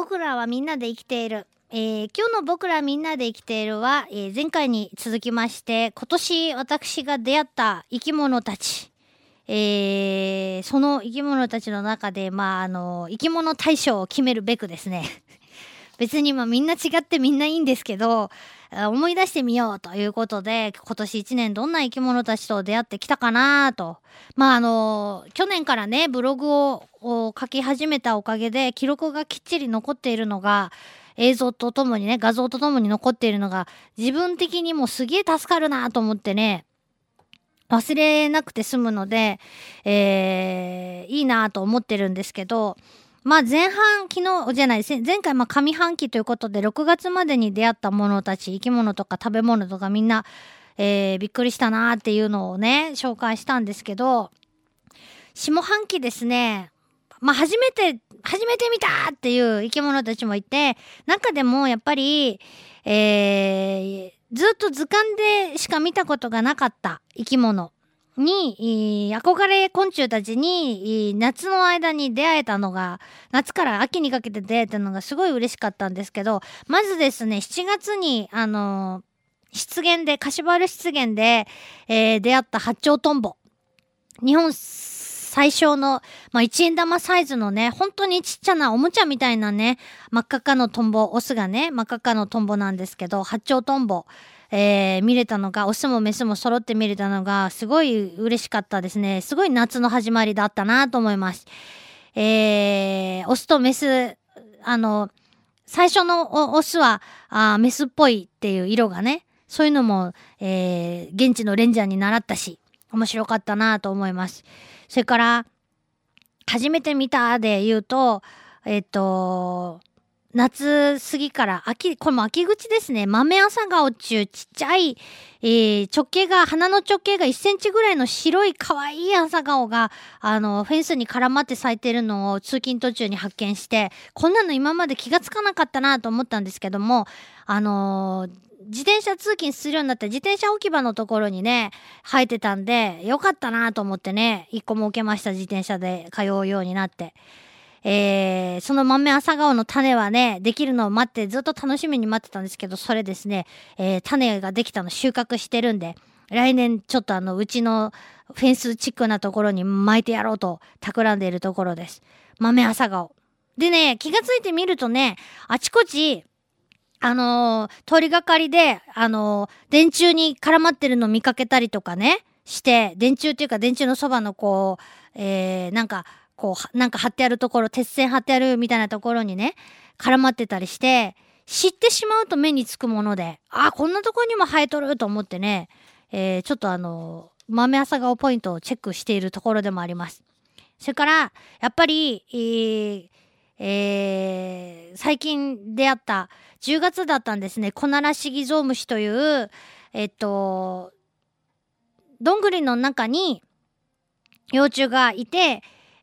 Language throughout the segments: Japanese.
僕らはみんなで生きている。今日の僕らみんなで生きているは、前回に続きまして、今年私が出会った生き物たち、その生き物たちの中で、生き物大賞を決めるべくですね、別にみんな違ってみんないいんですけど、思い出してみようということで、今年1年どんな生き物たちと出会ってきたかなと。去年からね、ブログを書き始めたおかげで、記録がきっちり残っているのが、映像とともにね、画像とともに残っているのが、自分的にもすげえ助かるなと思ってね、忘れなくて済むので、いいなと思ってるんですけど、前回上半期ということで6月までに出会ったものたち、生き物とか食べ物とかみんな、びっくりしたなっていうのをね、紹介したんですけど、下半期ですね、初めて見たっていう生き物たちもいて、中でもやっぱり、ずっと図鑑でしか見たことがなかった生き物に、憧れ昆虫たちに、夏の間に出会えたのが、夏から秋にかけて出会えたのがすごい嬉しかったんですけど、まずですね、7月に、柏原湿原で、出会った八丁トンボ。日本最小の、1円玉サイズのね、本当にちっちゃなおもちゃみたいなね、真っ赤っかのトンボ、オスがね、真っ赤っかのトンボなんですけど、八丁トンボ。見れたのが、オスもメスも揃って見れたのが、すごい嬉しかったですね。すごい夏の始まりだったなと思います。オスとメス、最初のオスは、メスっぽいっていう色がね、そういうのも、現地のレンジャーに習ったし、面白かったなと思います。それから、初めて見たで言うと、夏過ぎからこれも秋口ですね。豆朝顔っちゅうちっちゃい、鼻の直径が1センチぐらいの白い可愛い朝顔が、フェンスに絡まって咲いてるのを通勤途中に発見して、こんなの今まで気がつかなかったなと思ったんですけども、自転車通勤するようになって自転車置き場のところにね、生えてたんで、よかったなと思ってね、1個も置けました。自転車で通うようになって。その豆朝顔の種はね、できるのを待って、ずっと楽しみに待ってたんですけど、それですね、種ができたの収穫してるんで、来年ちょっとうちのフェンスチックなところに巻いてやろうと企んでいるところです。豆朝顔。でね、気がついてみるとね、あちこち、通りがかりで、電柱に絡まってるの見かけたりとかね、して、電柱っていうか電柱のそばのなんか貼ってあるところ、鉄線貼ってあるみたいなところにね、絡まってたりして、知ってしまうと目につくもので、こんなところにも生えとると思ってね、ちょっと豆朝顔ポイントをチェックしているところでもあります。それから、やっぱり、最近出会った10月だったんですね。コナラシギゾウムシという、どんぐりの中に幼虫がいて、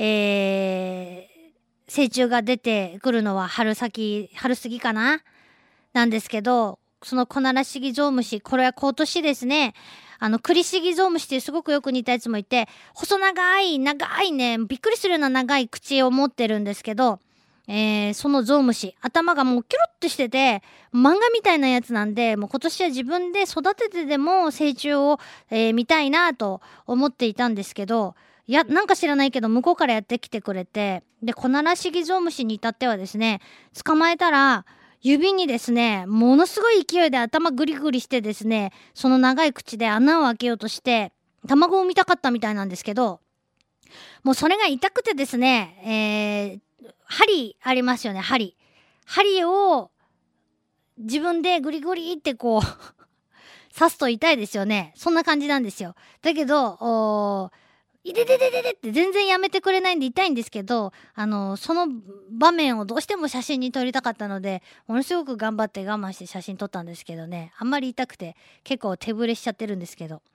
成虫が出てくるのは春過ぎかななんですけど、そのコナラシギゾウムシ、これは今年ですね、クリシギゾウムシっていうすごくよく似たやつもいて、細長いね、びっくりするような長い口を持ってるんですけど、そのゾウムシ、頭がもうキョロッとしてて、漫画みたいなやつなんで、もう今年は自分で育ててでも成虫を、見たいなと思っていたんですけど、なんか知らないけど、向こうからやってきてくれて、で、コナラシギゾウムシに至ってはですね、捕まえたら、指にですね、ものすごい勢いで頭グリグリしてですね、その長い口で穴を開けようとして、卵を産みたかったみたいなんですけど、もうそれが痛くてですね、針ありますよね、針を自分でグリグリって刺すと痛いですよね。そんな感じなんですよ。だけど、いでででででって全然やめてくれないんで痛いんですけど、その場面をどうしても写真に撮りたかったので、ものすごく頑張って我慢して写真撮ったんですけどね、あんまり痛くて結構手ぶれしちゃってるんですけど、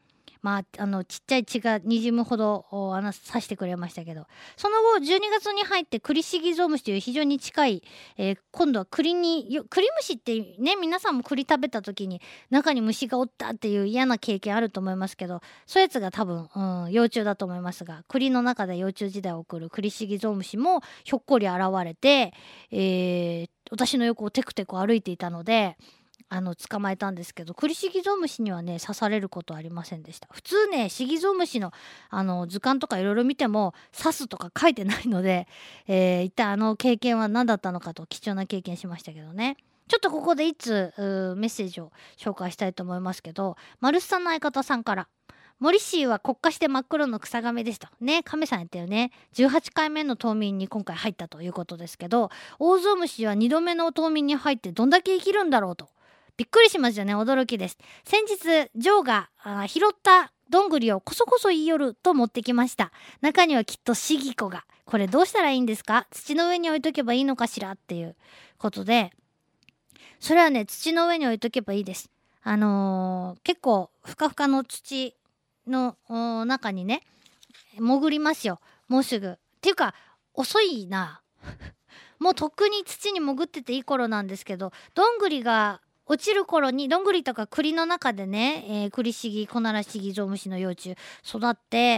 ちっちゃい血がにじむほど穴刺してくれましたけど、その後12月に入ってクリシギゾウムシという非常に近い、今度は栗ムシってね、皆さんも栗食べた時に中に虫がおったっていう嫌な経験あると思いますけど、そういうやつが多分、幼虫だと思いますが、栗の中で幼虫時代を送るクリシギゾウムシもひょっこり現れて、私の横をテクテク歩いていたので捕まえたんですけど、クリシギゾウムシにはね刺されることはありませんでした。普通ね、シギゾウムシの図鑑とかいろいろ見ても刺すとか書いてないので、一体経験は何だったのかと貴重な経験しましたけどね。ちょっとここで一通メッセージを紹介したいと思いますけど、マルスさんの相方さんから、森氏は国家して真っ黒の草亀ですと。ね、亀さんやったよね。18回目の冬眠に今回入ったということですけど、オオゾウムシは2度目の冬眠に入ってどんだけ生きるんだろうと。びっくりしましたね。驚きです。先日、ジョーが拾ったどんぐりをこそこそ言いよると持ってきました。中にはきっとシギコが。これどうしたらいいんですか？土の上に置いとけばいいのかしらっていうことで、それはね、土の上に置いとけばいいです。結構ふかふかの土の中にね、潜りますよ。もうすぐ。っていうか、遅いな。もうとっくに土に潜ってていい頃なんですけど、どんぐりが落ちる頃に、どんぐりとか栗の中でね、クリシギ、コナラシギゾウムシの幼虫育って、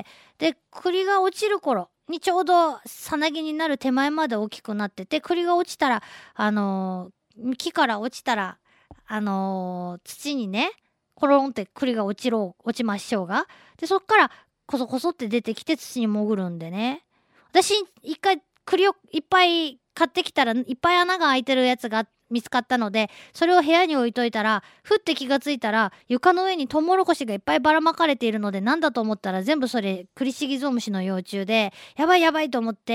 で、栗が落ちる頃にちょうどさなぎになる手前まで大きくなってて、栗が落ちたら、木から落ちたら、土にね、コロンって栗が落ちましょうが。で、そっからコソコソって出てきて土に潜るんでね。私、一回栗をいっぱい買ってきたら、いっぱい穴が開いてるやつが見つかったので、それを部屋に置いといたら、ふって気がついたら、床の上にトウモロコシがいっぱいばらまかれているので、なんだと思ったら全部それ、クリシギゾウムシの幼虫で、やばいやばいと思って、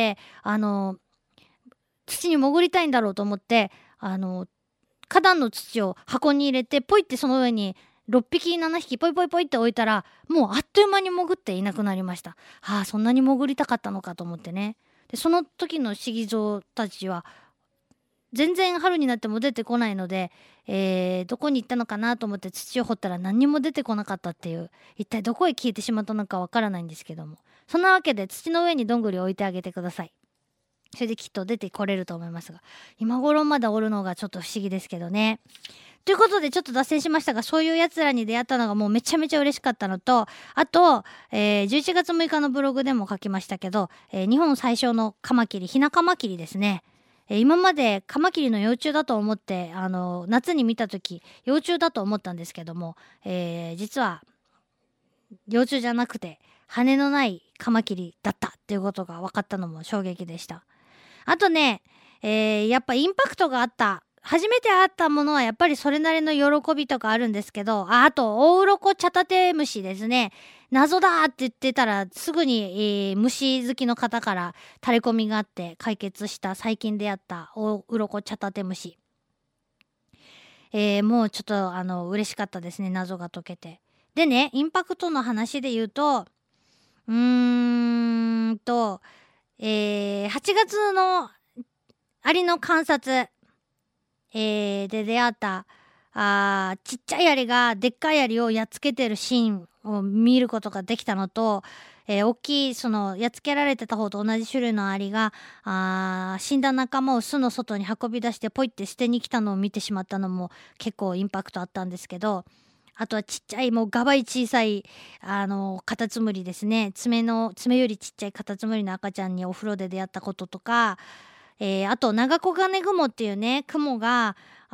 土に潜りたいんだろうと思って、花壇の土を箱に入れて、ポイってその上に6匹7匹ポイポイポイって置いたら、もうあっという間に潜っていなくなりました。はあ、そんなに潜りたかったのかと思ってね。で、その時のシギゾウたちは全然春になっても出てこないので、どこに行ったのかなと思って土を掘ったら何にも出てこなかったっていう、一体どこへ消えてしまったのかわからないんですけども、そんなわけで土の上にどんぐりを置いてあげてください。それできっと出てこれると思いますが、今頃までおるのがちょっと不思議ですけどね。ということでちょっと脱線しましたが、そういうやつらに出会ったのがもうめちゃめちゃ嬉しかったのと、あと、11月6日のブログでも書きましたけど、日本最小のカマキリ、ヒナカマキリですね。今までカマキリの幼虫だと思って、夏に見た時幼虫だと思ったんですけども、実は幼虫じゃなくて羽のないカマキリだったっていうことが分かったのも衝撃でした。あとね、やっぱインパクトがあった。初めて会ったものはやっぱりそれなりの喜びとかあるんですけど、あと、オオウロコチャタテムシですね。謎だって言ってたらすぐに、虫好きの方からタレコミがあって解決した最近出会ったオオウロコチャタテムシ。もうちょっと嬉しかったですね。謎が解けて。でね、インパクトの話で言うと、8月のアリの観察、で出会ったちっちゃいアリがでっかいアリをやっつけてるシーンを見ることができたのと、大きいそのやっつけられてた方と同じ種類のアリが死んだ仲間を巣の外に運び出してポイって捨てに来たのを見てしまったのも結構インパクトあったんですけど、あとはちっちゃいもうガバイ小さいカタツムリですね。爪よりちっちゃいカタツムリの赤ちゃんにお風呂で出会ったこととか、あとナガコガネグモっていうねクモが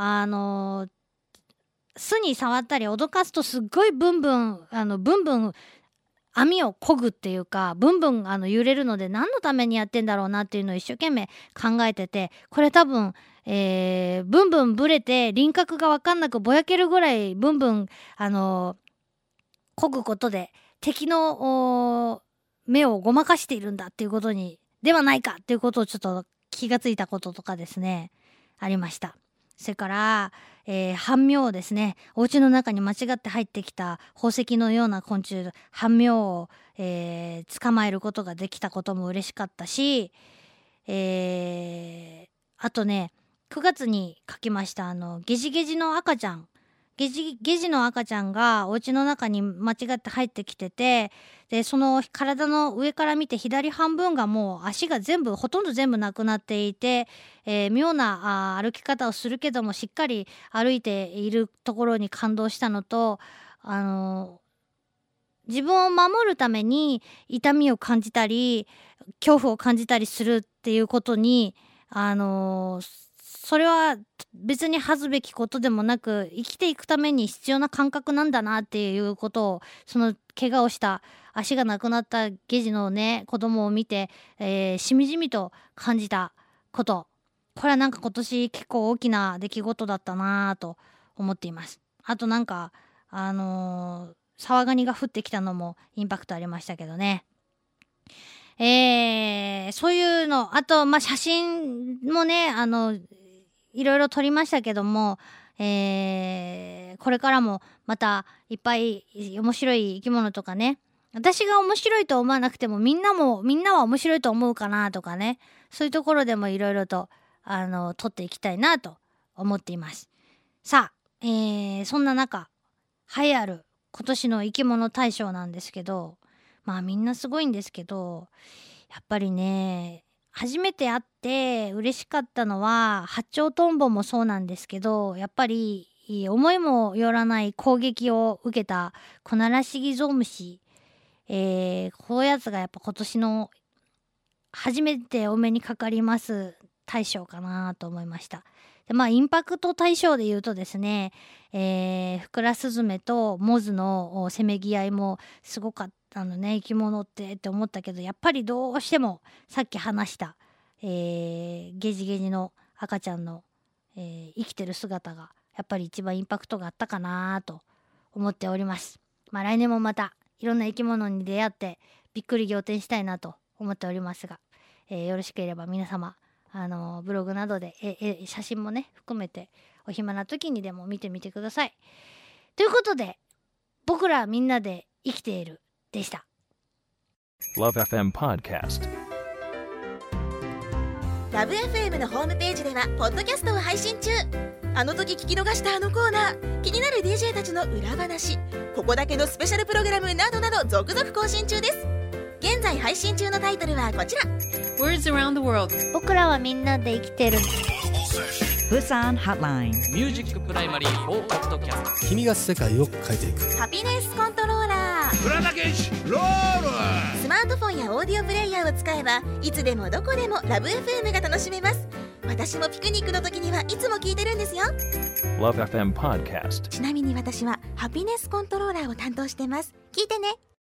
巣に触ったり脅かすとすっごいブンブン網を漕ぐっていうかブンブン揺れるので何のためにやってんだろうなっていうのを一生懸命考えてて、これ多分ブンブンブレて輪郭が分かんなくぼやけるぐらいブンブン漕ぐことで敵の目をごまかしているんだっていうことにではないかっていうことをちょっと気がついたこととかですねありました。それから半妙ですね。お家の中に間違って入ってきた宝石のような昆虫半妙を、捕まえることができたことも嬉しかったし、あとね9月に書きましたゲジゲジの赤ちゃんゲジの赤ちゃんがお家の中に間違って入ってきてて、でその体の上から見て左半分がもう足がほとんど全部なくなっていて、妙な歩き方をするけどもしっかり歩いているところに感動したのと、自分を守るために痛みを感じたり恐怖を感じたりするっていうことにそれは別に恥ずべきことでもなく生きていくために必要な感覚なんだなっていうことを、その怪我をした足がなくなったゲジのね子供を見て、しみじみと感じたこと、これはなんか今年結構大きな出来事だったなと思っています。あとなんか沢ガニが降ってきたのもインパクトありましたけどね。そういうの、あと写真もねいろいろ撮りましたけども、これからもまたいっぱい面白い生き物とかね、私が面白いと思わなくてもみんなは面白いと思うかなとかね、そういうところでもいろいろと撮っていきたいなと思っています。さあ、そんな中栄えある今年の生き物大賞なんですけど、みんなすごいんですけど、やっぱりね初めて会って嬉しかったのは八丁トンボもそうなんですけど、やっぱり思いもよらない攻撃を受けたコナラシギゾウムシ、こういうやつがやっぱ今年の初めてお目にかかります大賞かなと思いました。でインパクト大賞で言うとですね、フクラスズメとモズのせめぎ合いもすごかったのね、生き物って思ったけど、やっぱりどうしてもさっき話した、ゲジゲジの赤ちゃんの、生きてる姿がやっぱり一番インパクトがあったかなと思っております。来年もまたいろんな生き物に出会ってびっくり仰天したいなと思っておりますが、よろしければ皆様ブログなどで写真もね含めてお暇な時にでも見てみてください。ということで、僕らみんなで生きているでした。 LoveFM Podcast。 LoveFM のホームページではポッドキャストを配信中。あの時聞き逃したあのコーナー、気になる DJ たちの裏話、ここだけのスペシャルプログラムなどなど続々更新中です。現在配信中のタイトルはこちら。 Words around the world。 僕らはみんなで生きてる。 Busan Hotline。 ミュージックプライマリー4ポッドキャスト。 君が世界を変えていく。 ハピネスコントローラー。 浦田健士ロール。 スマートフォンやオーディオプレイヤーを使えばいつでもどこでもラブ FM が楽しめます。私もピクニックの時にはいつも聞いてるんですよ。 LoveFM Podcast。 ちなみに私はハピネスコントローラーを担当してます。聞いてね。